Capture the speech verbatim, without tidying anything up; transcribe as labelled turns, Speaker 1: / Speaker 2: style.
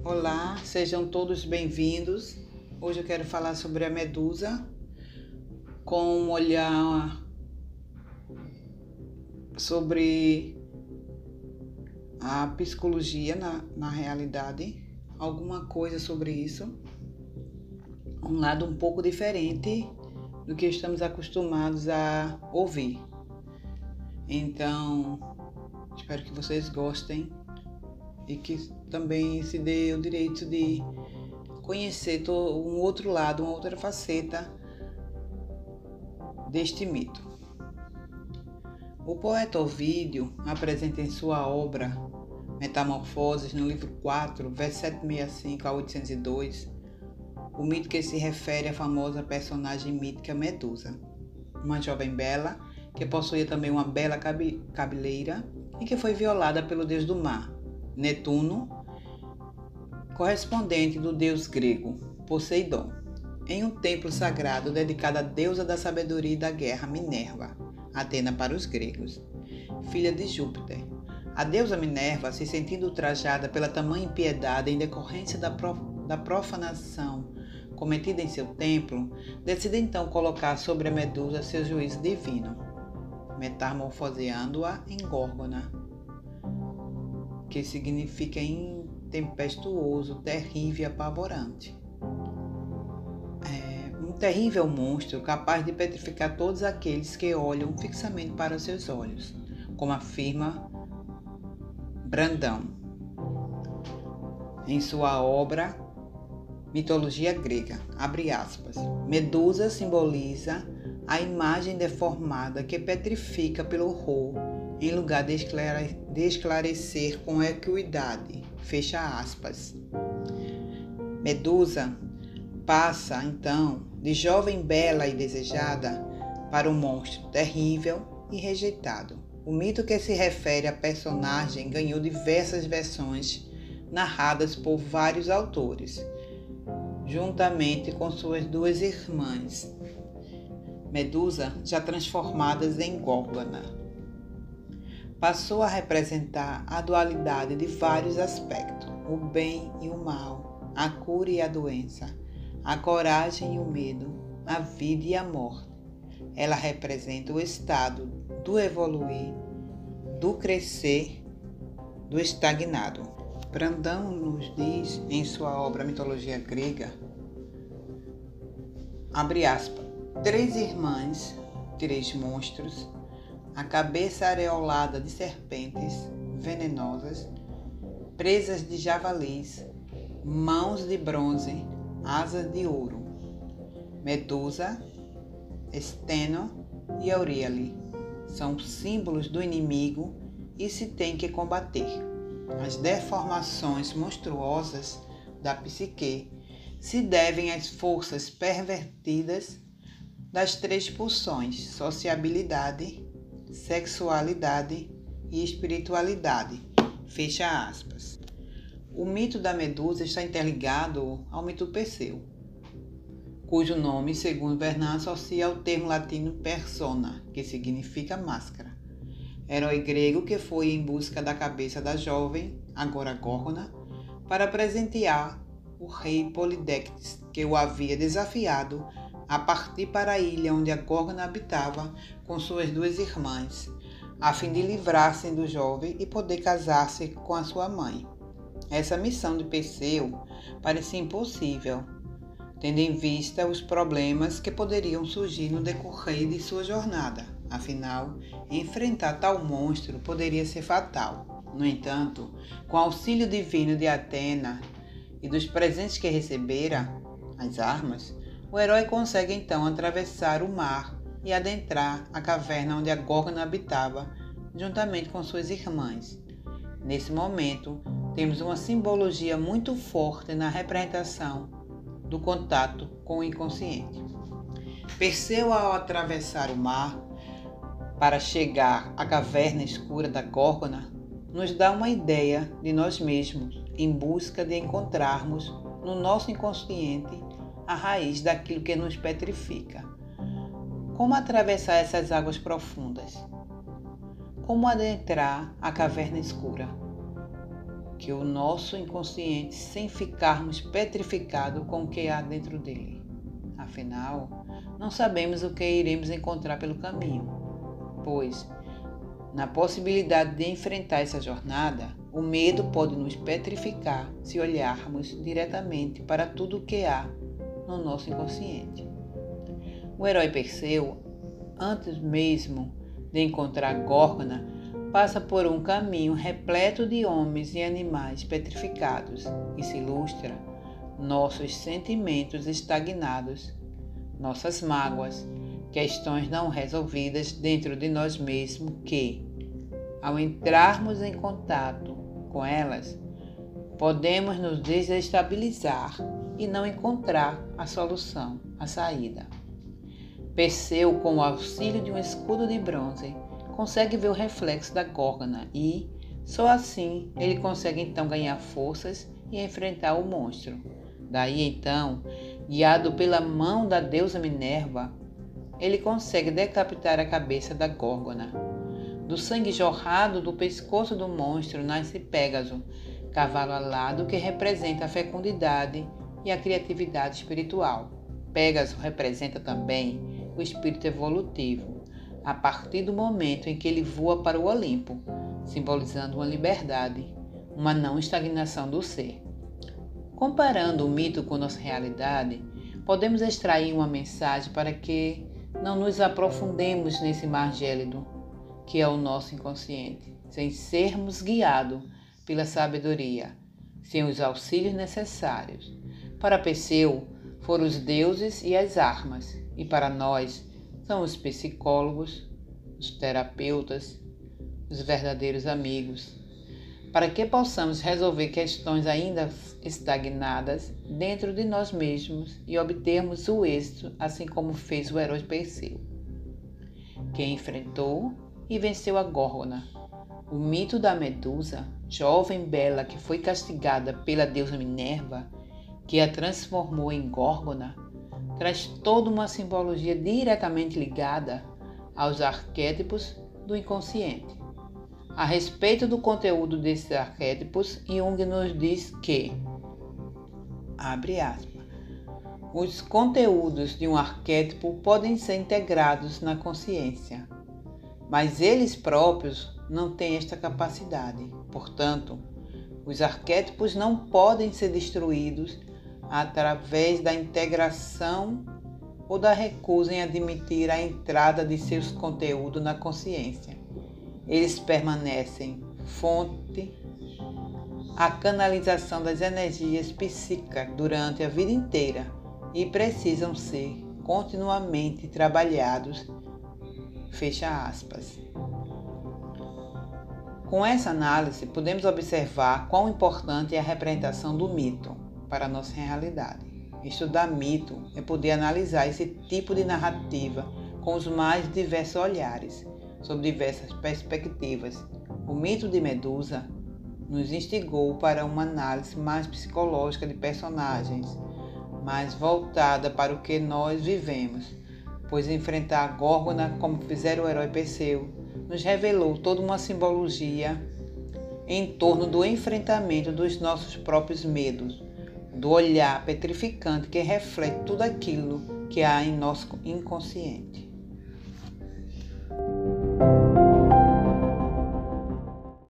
Speaker 1: Olá, sejam todos bem-vindos. Hoje eu quero falar sobre a Medusa com um olhar sobre a psicologia na, na realidade, alguma coisa sobre isso, um lado um pouco diferente do que estamos acostumados a ouvir. Então, espero que vocês gostem e que também se dê o direito de conhecer um outro lado, uma outra faceta deste mito. O poeta Ovídio apresenta em sua obra Metamorfoses, no livro quatro, versos setecentos e sessenta e cinco a oitocentos e dois, o mito que se refere à famosa personagem mítica Medusa, uma jovem bela que possuía também uma bela cabeleira e que foi violada pelo deus do mar, Netuno, correspondente do deus grego Poseidon, em um templo sagrado dedicado à deusa da sabedoria e da guerra Minerva, Atena para os gregos, filha de Júpiter. A deusa Minerva, se sentindo ultrajada pela tamanha impiedade em decorrência da, prof... da profanação cometida em seu templo, decide então colocar sobre a Medusa seu juízo divino, metamorfoseando-a em Górgona, que significa intempestuoso, terrível e apavorante. É um terrível monstro capaz de petrificar todos aqueles que olham fixamente para os seus olhos, como afirma Brandão em sua obra Mitologia Grega, abre aspas. Medusa simboliza a imagem deformada que petrifica pelo horror em lugar de, esclare- de esclarecer com equidade, fecha aspas. Medusa passa, então, de jovem bela e desejada para um monstro terrível e rejeitado. O mito que se refere à personagem ganhou diversas versões narradas por vários autores, juntamente com suas duas irmãs, Medusa, já transformadas em Górgona. Passou a representar a dualidade de vários aspectos, o bem e o mal, a cura e a doença, a coragem e o medo, a vida e a morte. Ela representa o estado do evoluir, do crescer, do estagnado. Brandão nos diz em sua obra Mitologia Grega, abre aspas, três irmãs, três monstros, a cabeça areolada de serpentes venenosas, presas de javalis, mãos de bronze, asas de ouro, Medusa, Steno e Euríale, são símbolos do inimigo e se tem que combater. As deformações monstruosas da psique se devem às forças pervertidas das três pulsões, sociabilidade, sexualidade e espiritualidade. Fecha aspas. O mito da Medusa está interligado ao mito Perseu, cujo nome, segundo Vernan, associa ao termo latino persona, que significa máscara. Herói grego que foi em busca da cabeça da jovem, agora Górgona, para presentear o rei Polidectes, que o havia desafiado a partir para a ilha onde a Górgona habitava com suas duas irmãs, a fim de livrar-se do jovem e poder casar-se com a sua mãe. Essa missão de Perseu parecia impossível, tendo em vista os problemas que poderiam surgir no decorrer de sua jornada. Afinal, enfrentar tal monstro poderia ser fatal. No entanto, com auxílio divino de Atena e dos presentes que recebera, as armas, o herói consegue então atravessar o mar e adentrar a caverna onde a Górgona habitava, juntamente com suas irmãs. Nesse momento, temos uma simbologia muito forte na representação do contato com o inconsciente. Perseu, ao atravessar o mar para chegar à caverna escura da Górgona, nos dá uma ideia de nós mesmos em busca de encontrarmos no nosso inconsciente a raiz daquilo que nos petrifica. Como atravessar essas águas profundas? Como adentrar a caverna escura? que o nosso inconsciente sem ficarmos petrificados com o que há dentro dele. Afinal, não sabemos o que iremos encontrar pelo caminho, pois, na possibilidade de enfrentar essa jornada, o medo pode nos petrificar se olharmos diretamente para tudo o que há no nosso inconsciente. O herói Perseu, antes mesmo de encontrar Górgona, passa por um caminho repleto de homens e animais petrificados e se ilustra nossos sentimentos estagnados, nossas mágoas, questões não resolvidas dentro de nós mesmos que, ao entrarmos em contato com elas, podemos nos desestabilizar e não encontrar a solução, a saída. Perseu, com o auxílio de um escudo de bronze, consegue ver o reflexo da Górgona e, só assim, ele consegue então ganhar forças e enfrentar o monstro. Daí então, guiado pela mão da deusa Minerva, ele consegue decapitar a cabeça da Górgona. Do sangue jorrado do pescoço do monstro nasce Pégaso, cavalo alado que representa a fecundidade e a criatividade espiritual. Pégaso representa também o espírito evolutivo, a partir do momento em que ele voa para o Olimpo, simbolizando uma liberdade, uma não estagnação do ser. Comparando o mito com nossa realidade, podemos extrair uma mensagem para que não nos aprofundemos nesse mar gélido, que é o nosso inconsciente, sem sermos guiados pela sabedoria, sem os auxílios necessários. Para Perseu, foram os deuses e as armas, e para nós são os psicólogos, os terapeutas, os verdadeiros amigos, para que possamos resolver questões ainda estagnadas dentro de nós mesmos e obtermos o êxito, assim como fez o herói Perseu, que enfrentou e venceu a Górgona. O mito da Medusa, jovem bela que foi castigada pela deusa Minerva, que a transformou em Górgona, traz toda uma simbologia diretamente ligada aos arquétipos do inconsciente. A respeito do conteúdo desses arquétipos, Jung nos diz que, abre aspas, os conteúdos de um arquétipo podem ser integrados na consciência, mas eles próprios não têm esta capacidade. Portanto, os arquétipos não podem ser destruídos através da integração ou da recusa em admitir a entrada de seus conteúdos na consciência. Eles permanecem fonte à canalização das energias psíquicas durante a vida inteira e precisam ser continuamente trabalhados. Fecha aspas. Com essa análise, podemos observar quão importante é a representação do mito para a nossa realidade. Estudar mito é poder analisar esse tipo de narrativa com os mais diversos olhares, sob diversas perspectivas. O mito de Medusa nos instigou para uma análise mais psicológica de personagens, mais voltada para o que nós vivemos, pois enfrentar a Górgona, como fizeram o herói Perseu, nos revelou toda uma simbologia em torno do enfrentamento dos nossos próprios medos, do olhar petrificante que reflete tudo aquilo que há em nosso inconsciente.